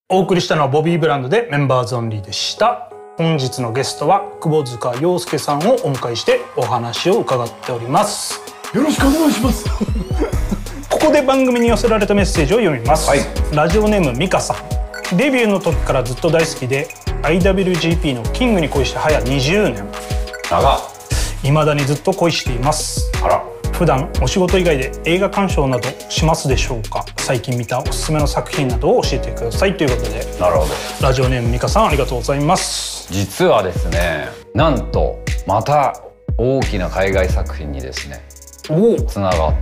お送りしたのはボビーブランドでメンバーズオンリーでした。本日のゲストは窪塚洋介さんをお迎えしてお話を伺っております。 よろしくお願いしますここで番組に寄せられたメッセージを読みます、ラジオネームミカさん。デビューの時からずっと大好きで IWGP のキングに恋して早20年。未だにずっと恋しています。普段お仕事以外で映画鑑賞などしますでしょうか。最近見たおすすめの作品などを教えてくださいということで。 なるほど。 ラジオネームミカさん、ありがとうございます。 実はですね、なんとまた大きな海外作品にですねつながって、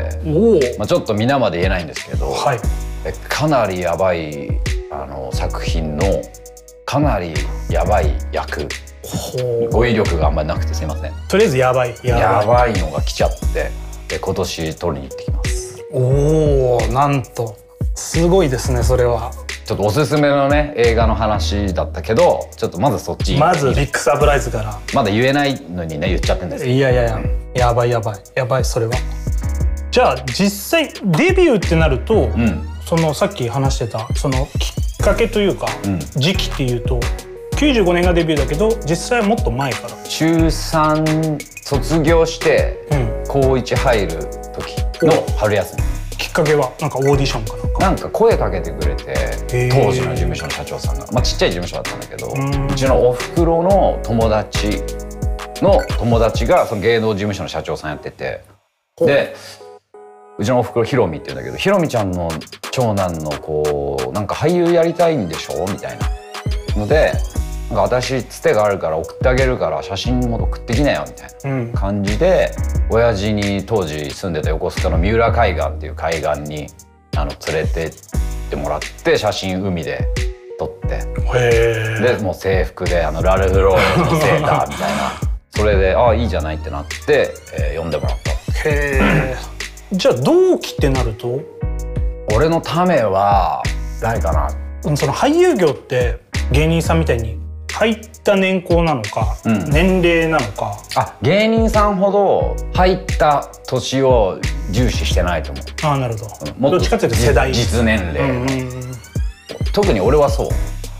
ちょっと皆まで言えないんですけど、かなりやばい作品のかなりやばい役、語彙力があんまりなくてすいません。 とりあえずやばいのが来ちゃって、今年撮りに行ってきます。 おお、なんとすごいですね。それはちょっとおすすめのね映画の話だったけど、ちょっとまずそっち、 まずビッグサプライズから。 まだ言えないのにね言っちゃってんです。 いややばいそれは。じゃあ実際デビューってなると、そのさっき話してたそのきっかけというか、時期っていうと95年がデビューだけど実際はもっと前から。 中3卒業して、高1入る時の春休み。 きっかけはなんかオーディションかなんか声かけてくれて、当時の事務所の社長さんが、ちっちゃい事務所だったんだけど、うちのおふくろの友達がその芸能事務所の社長さんやってて、でうちのおふくろひろみって言うんだけど、ひろみちゃんの長男の子なんか俳優やりたいんでしょみたいなので、なんか私つてがあるから送ってあげるから写真も送ってきなよみたいな感じで、親父に当時住んでた横須賀の三浦海岸っていう海岸に連れてってもらって、写真海で撮って、でもう制服でラルフローレンのセーターみたいなそれでいいじゃないってなって、呼んでもらった。 じゃあ同期ってなると俺のためは誰かな。 その俳優業って芸人さんみたいに入った年齢なのか、年齢なのか。 芸人さんほど入った年を重視してないと思う。 なるほど。もっとどっちかというと世代、 実年齢、特に俺はそう。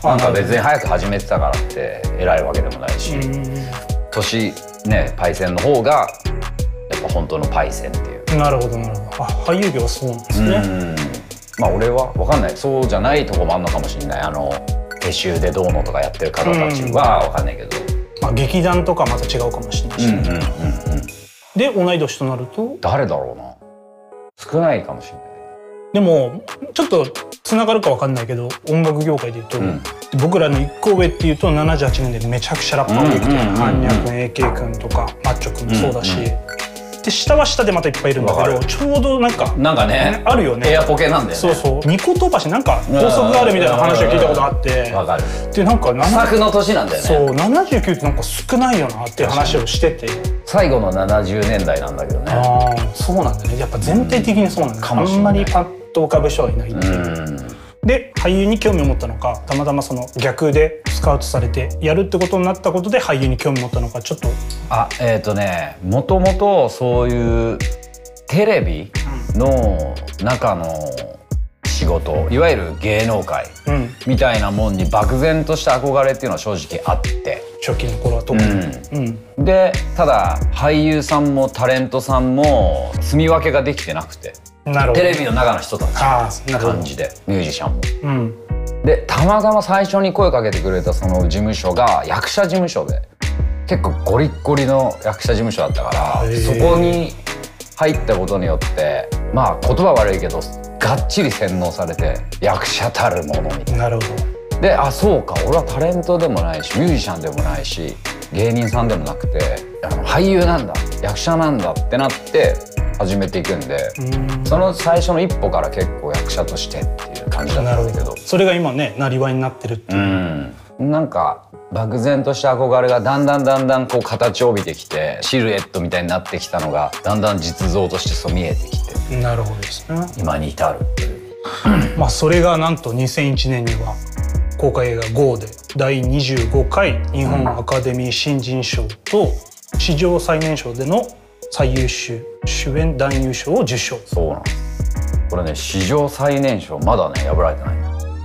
なんか別に早く始めてたからって偉いわけでもないし、年ねパイセンの方がやっぱ本当のパイセンっていう。 なるほど。俳優業はそうなんですね。 俺は分かんない。そうじゃないとこもあんのかもしれない。撤収でどうのとかやってる方たちは分かんないけど、 劇団とかまた違うかもしれないし、で同い年となると誰だろうな。少ないかもしれない。 でもちょっとつながるか分かんないけど、音楽業界でいうと、僕らの1個上っていうと78年でめちゃくちゃラッパーができて、ハンニャ君 AK 君とかマッチョ君もそうだし、で下は下でまたいっぱいいるんだけど、ちょうどなんかねあるよね。 エアポケなんだよね。 そうニコ飛ばしなんか法則があるみたいな話を聞いたことあって、 わかる。 でなんか不作の年なんだよね。 そう79ってなんか少ないよなっていう話をしてて、 最後の70年代なんだけどね。 そうなんだね。やっぱ全体的にそうなんだね。あんまりパッと浮かぶ人はいないっていう。で俳優に興味を持ったのか、たまたまその逆でスカウトされてやるってことになったことで俳優に興味を持ったのか、ちょっと。 もともとそういうテレビの中の仕事、いわゆる芸能界みたいなもんに漠然とした憧れっていうのは正直あって、 初期の頃は特に。 でただ俳優さんもタレントさんも住み分けができてなくて、テレビの中の人たちな感じで、ミュージシャンも。でたまたま最初に声かけてくれたその事務所が役者事務所で、結構ゴリッゴリの役者事務所だったから、そこに入ったことによって、言葉悪いけどがっちり洗脳されて、役者たるものみたいな。 なるほど。 でそうか、俺はタレントでもないしミュージシャンでもないし芸人さんでもなくて、俳優なんだ、役者なんだってなって始めていくんで、その最初の一歩から結構役者としてっていう感じだったんだけど、 それが今ねなりわいになってるっていう。 なんか漠然とした憧れがだんだんこう形を帯びてきて、シルエットみたいになってきたのがだんだん実像としてそう見えてきて、 なるほどですね。 今に至るっていうそれがなんと2001年には公開映画 GO で第25回日本アカデミー新人賞と史上最年少での最優秀主演男優賞を受賞。 そうなんです。これね史上最年少まだね破られてない。 すご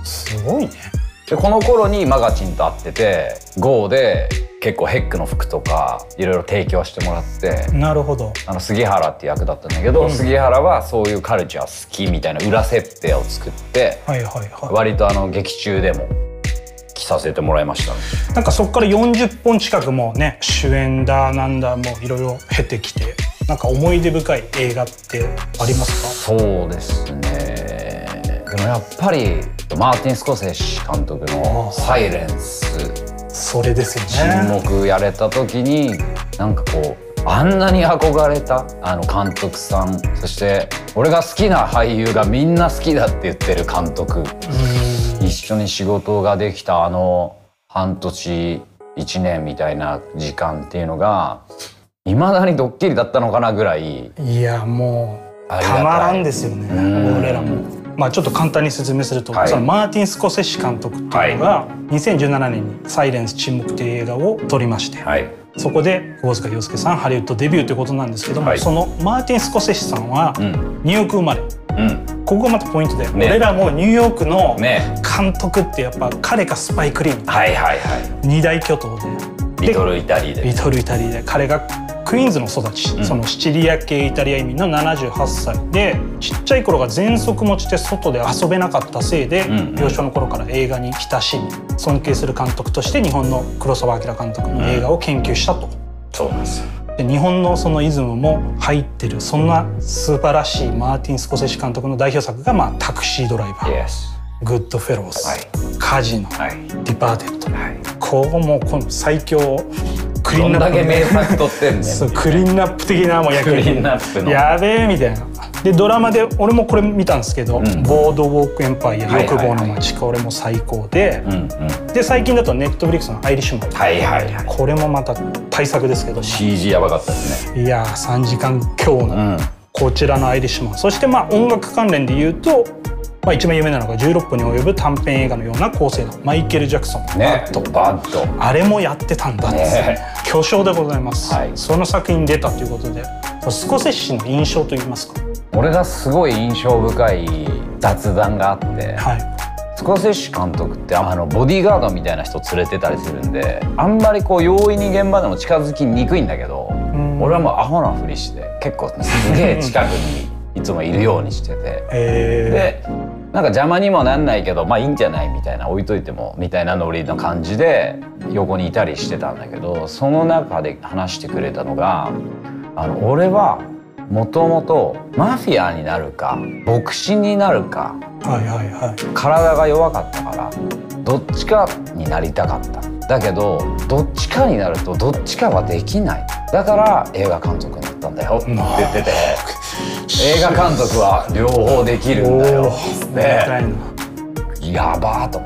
ごいね。 でこの頃にマガチンと会ってて GO で結構ヘックの服とかいろいろ提供してもらって、 なるほど。 杉原っていう役だったんだけど、杉原はそういうカルチャー好きみたいな裏設定を作って、割と劇中でも着させてもらいましたね。 なんかそこから40本近くもね、主演だなんだもいろいろ経てきて、なんか思い出深い映画ってありますか？そうですね。でもやっぱりマーティン・スコセッシ監督の「サイレンス」 それですよね。 沈黙やれた時になんかこうあんなに憧れた監督さん、そして俺が好きな俳優がみんな好きだって言ってる監督、一緒に仕事ができた半年1年みたいな時間っていうのがいまだにドッキリだったのかなぐらい。 いやもうたまらんですよね、俺らも。まあちょっと簡単に説明すると、そのマーティン・スコセッシ監督っていうのが2017年に「サイレンス沈黙」という映画を撮りまして、そこで窪塚洋介さんハリウッドデビューということなんですけども、そのマーティン・スコセッシさんはニューヨーク生まれ。ここがまたポイントで、俺らもニューヨークの監督ってやっぱ彼かスパイク・リーン二大巨頭で、 リトルイタリーで彼がクイーンズの育ち、そのシチリア系イタリア移民の78歳で、ちっちゃい頃が喘息持ちで外で遊べなかったせいで、幼少の頃から映画に親しみ尊敬する監督として日本の黒澤明監督の映画を研究したと。 そうなんですよ。 で日本のそのイズムも入ってる、そんな素晴らしいマーティン・スコセッシ監督の代表作が、タクシードライバー、グッドフェローズ、カジノ、ディパーテッド、こうもこの最強クリーンナップ、 どんだけ名作撮ってんねん。 そうクリーンナップ的なもう役クリーンナップのやべえみたいな。でドラマで俺もこれ見たんですけど、ボードウォークエンパイア欲望の街、これも最高で、で最近だとネットフリックスのアイリッシュマン、これもまた大作ですけど CG やばかったですね。 いや3時間強のこちらのアイリッシュマン、そして音楽関連で言うと、一番有名なのが16分に及ぶ短編映画のような構成のマイケル・ジャクソンのバッド、 あれもやってたんだって巨匠でございます、その作品に出たということで、スコセッシの印象といいますか。 俺がすごい印象深い雑談があって、スコセッシ監督ってボディーガードみたいな人連れてたりするんで、あんまりこう容易に現場でも近づきにくいんだけど、俺はもうアホなふりして結構すげえ近くにいつもいるようにしてて、でなんか邪魔にもなんないけどいいんじゃないみたいな、置いといてもみたいなノリの感じで横にいたりしてたんだけど、その中で話してくれたのが俺はもともとマフィアになるか牧師になるか、体が弱かったからどっちかになりたかった。だけどどっちかになるとどっちかはできない。だから映画監督になったんだよって言ってて、映画監督は両方できるんだよって、やばーと思って、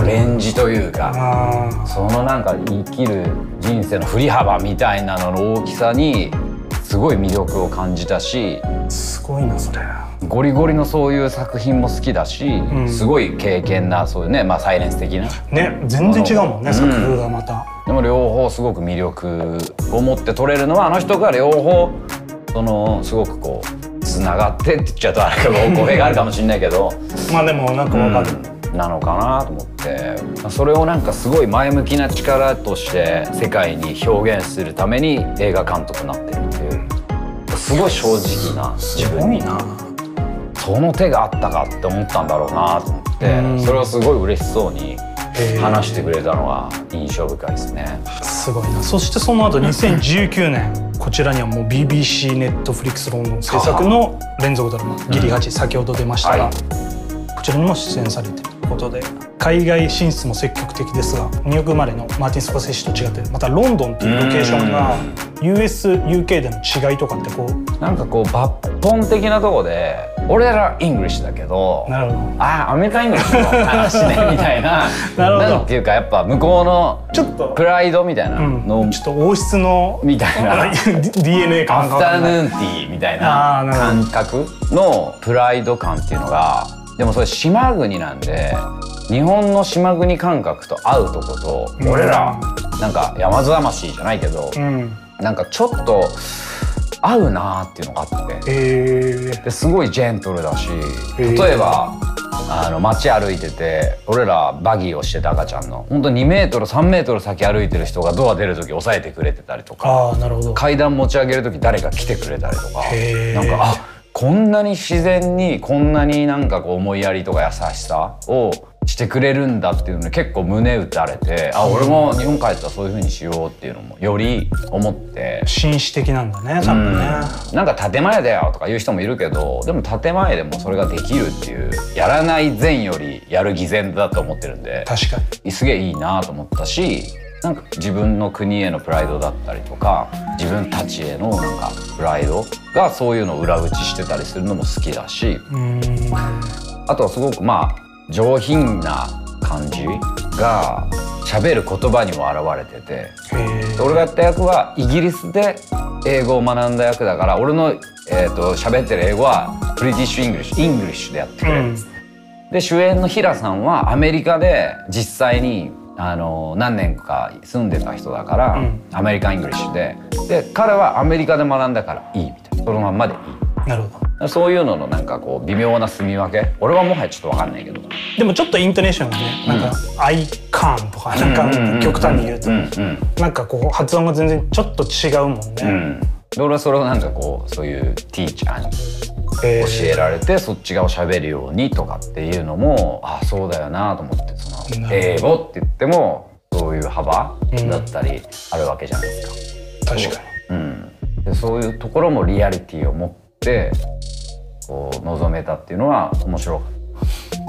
レンジというか、そのなんか生きる人生の振り幅みたいなのの大きさにすごい魅力を感じたし、 すごいなそれ。 ゴリゴリのそういう作品も好きだし、すごい経験なそういうね、サイレンス的な全然違うもんね、作風がまた。 でも両方すごく魅力を持って撮れるのは、あの人が両方すごくこうつながってって言っちゃうとあれか語弊があるかもしれないけどでもなんかわかる、 なのかなと思って、それをなんかすごい前向きな力として世界に表現するために映画監督になってるっていう、すごい正直な自分にその手があったかって思ったんだろうなと思って、それをすごい嬉しそうに話してくれたのが印象深いですね。 すごいな。そしてその後2019年こちらにはもう BBC ネットフリックスロンドン制作の連続ドラマ「ギリ8」先ほど出ましたが、こちらにも出演されているということで、海外進出も積極的ですが、ニューヨーク生まれのマーティン・スコセッシと違ってまたロンドンというロケーションが US、UK での違いとかってこうなんかこう抜本的なとこで、俺らイングリッシュだけど、アメリカイングリッシュの話ねみたいななんていうか、やっぱ向こうのちょっとプライドみたいなの、 ちょっと王室のみたいな DNA 感アフタヌーンティーみたいな感覚のプライド感っていうのが、でもそれ島国なんで、日本の島国感覚と合うとこと、俺らなんか山津魂じゃないけど、なんかちょっと合うなっていうのがあって、ですごいジェントルだし、例えば街歩いてて俺らバギーをしてた赤ちゃんの本当2メートル3メートル先歩いてる人がドア出る時押さえてくれてたりとか、階段持ち上げる時誰か来てくれたりとか、なんかこんなに自然にこんなになんかこう思いやりとか優しさをしてくれるんだっていうのに結構胸打たれて、俺も日本帰ったらそういう風にしようっていうのもより思って。 紳士的なんだね多分ね。 なんか建前だよとか言う人もいるけど、でも建前でもそれができるっていう、やらない善よりやる偽善だと思ってるんで、 確かにすげえいいなと思ったし、なんか自分の国へのプライドだったりとか自分たちへのなんかプライドがそういうのを裏打ちしてたりするのも好きだし、あとはすごく上品な感じが喋る言葉にも表れてて、俺がやった役はイギリスで英語を学んだ役だから、俺の喋ってる英語はブリティッシュ・イングリッシュでやってくれる、で主演の平さんはアメリカで実際に何年か住んでた人だから、アメリカン・イングリッシュで彼はアメリカで学んだからいいみたいな、そのまんまでいい。 なるほど。 そういうののなんかこう微妙な住み分け、俺はもはやちょっと分かんないけど、 でもちょっとイントネーションがね、なんか「アイカーン」とかなんか極端に言うとなんかこう発音が全然ちょっと違うもんね。 で俺はそれをなんかこうそういうティーチャーに教えられて、そっち側を喋るようにとかっていうのもそうだよなと思って、その英語って言ってもそういう幅だったりあるわけじゃないですか。 確かに。でそういうところもリアリティを持ってこう臨めたっていうのは面白かった。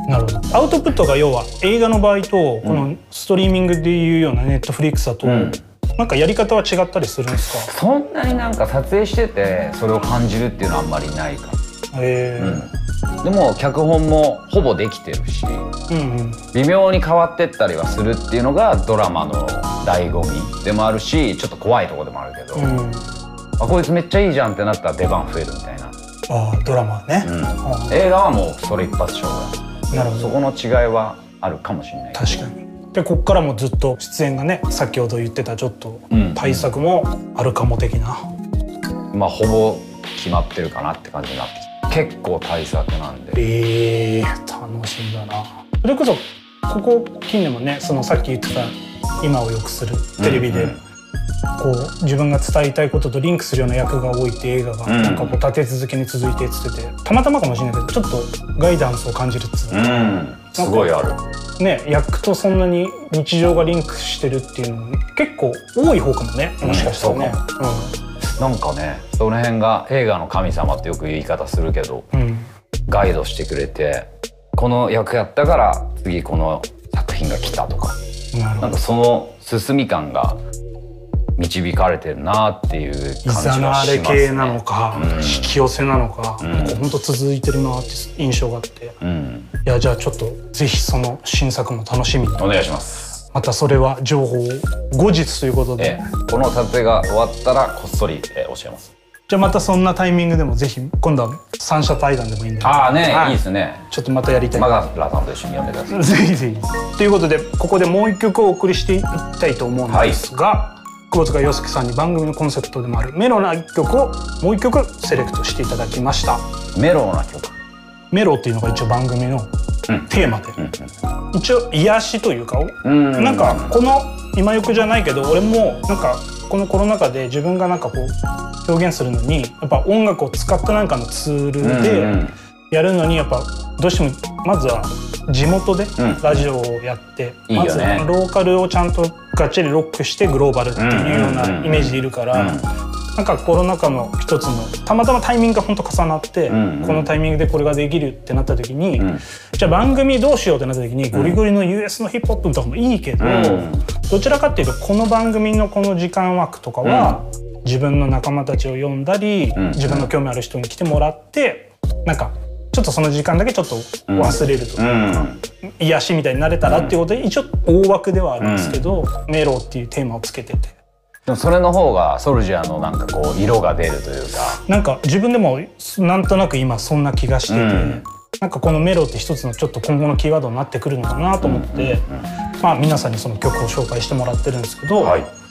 なるほど。アウトプットが要は映画の場合とこのストリーミングでいうようなネットフリックスだとなんかやり方は違ったりするんですか？ そんなになんか撮影しててそれを感じるっていうのはあんまりないかも。でも脚本もほぼできてるし、微妙に変わってったりはするっていうのがドラマの醍醐味でもあるし、ちょっと怖いところでもあるけど、こいつめっちゃいいじゃんってなったら出番増えるみたいな。 ドラマね。 映画はもうそれ一発勝負だ。 なるほど。 そこの違いはあるかもしれない。 確かに。でこっからもずっと出演がね、先ほど言ってたちょっと対策もあるかも的な。 ほぼ決まってるかなって感じになって結構対策なんで。 楽しみだな。それこそここ近年もね、そのさっき言ってた今を良くするテレビでこう自分が伝えたいこととリンクするような役が多いって映画がなんかこう立て続けに続いてっつってて、たまたまかもしれないけどちょっとガイダンスを感じるっつうのすごいあるね。役とそんなに日常がリンクしてるっていうのも結構多い方かもね、もしかしたらね。 なんかね、その辺が映画の神様ってよく言い方するけど、ガイドしてくれて、この役やったから次この作品が来たとか、なんかその進み感が導かれてるなっていう感じがしますね。いざなれ系なのか、引き寄せなのか、本当続いてるなって印象があって、いやじゃあちょっとぜひその新作も楽しみにお願いします。 またそれは情報を後日ということで、 この撮影が終わったらこっそり教えます。 じゃあまたそんなタイミングでもぜひ今度は三者対談でもいいんで、 いいですね。 ちょっとまたやりたい。 マガラさんと一緒に読んでください。 ぜひぜひ。ということでここでもう一曲お送りしていきたいと思うんですが、久保塚洋介さんに番組のコンセプトでもあるメロな一曲をもう一曲セレクトしていただきました。 メロな曲。 メロっていうのが一応番組のテーマで、一応癒しというか、なんかこの今欲じゃないけど俺もなんかこのコロナ禍で自分がなんかこう表現するのにやっぱ音楽を使ったなんかのツールでやるのにやっぱどうしてもまずは地元でラジオをやって、まずローカルをちゃんとがっちりロックしてグローバルっていうようなイメージでいるから、なんかコロナ禍の一つのたまたまタイミングが本当重なって、このタイミングでこれができるってなった時に、じゃあ番組どうしようってなった時にゴリゴリの US のヒップホップとかもいいけど、どちらかっていうとこの番組のこの時間枠とかは自分の仲間たちを呼んだり、自分の興味ある人に来てもらってなんかちょっとその時間だけちょっと忘れるというか、癒しみたいになれたらっていうことで一応大枠ではあるんですけど、メロっていうテーマをつけてて。 でもそれの方がソルジャーのなんかこう色が出るというか、 なんか自分でもなんとなく今そんな気がしてて、なんかこのメロって一つのちょっと今後のキーワードになってくるのかなと思って、まあ皆さんにその曲を紹介してもらってるんですけど、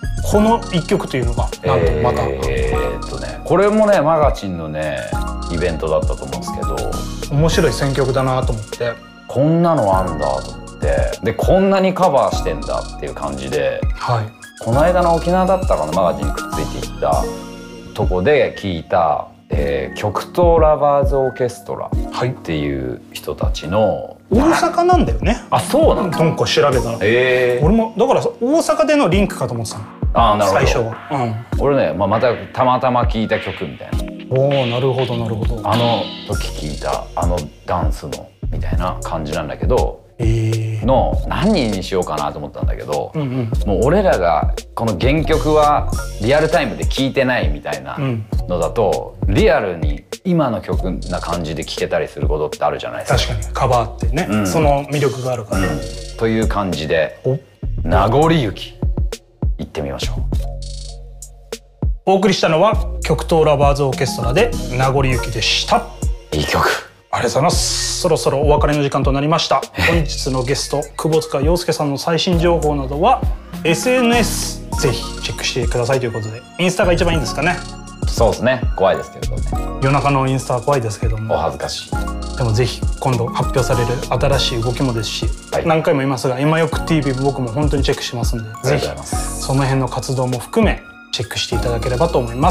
この一曲というのがなんとまた、 これもねマガチンのねイベントだったと思うんですけど、 面白い選曲だなと思って、 こんなのあんだと思って、でこんなにカバーしてんだっていう感じで、 はい、 この間の沖縄だったかな、マガジンにくっついていったとこで聞いた、極東ラバーズオーケストラっていう人たちの、 大阪なんだよね。 あ、そうなんだ。 なんか調べたら、俺もだから大阪でのリンクかと思ってたの。 あ、なるほど。 最初は、 俺ね、またたまたま聞いた曲みたいな。 おお、なるほどなるほど。 あの時聞いたあのダンスのみたいな感じなんだけど、の何人にしようかなと思ったんだけど、もう俺らがこの原曲はリアルタイムで聴いてないみたいなのだと、リアルに今の曲な感じで聴けたりすることってあるじゃないですか。 確かにカバーってね、その魅力があるから、 という感じで名残雪行ってみましょう。 お送りしたのは極東ラバーズオーケストラで名残雪でした。 いい曲。 ありがとうございます。そろそろお別れの時間となりました。本日のゲスト窪塚洋介さんの最新情報などは SNS ぜひチェックしてくださいということで、インスタが一番いいんですかね。 そうですね、怖いですけどね、 夜中のインスタは怖いですけども、 お恥ずかしい。 でもぜひ今度発表される新しい動きもですし、何回も言いますが今よく TV 僕も本当にチェックしますんで、ぜひその辺の活動も含めチェックしていただければと思います。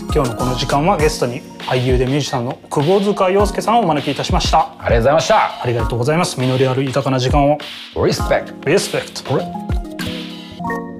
今日のこの時間はゲストに俳優でミュージシャンの窪塚洋介さんをお招きいたしました。 ありがとうございました。 ありがとうございます。実りある豊かな時間を。 リスペクト。 リスペクト。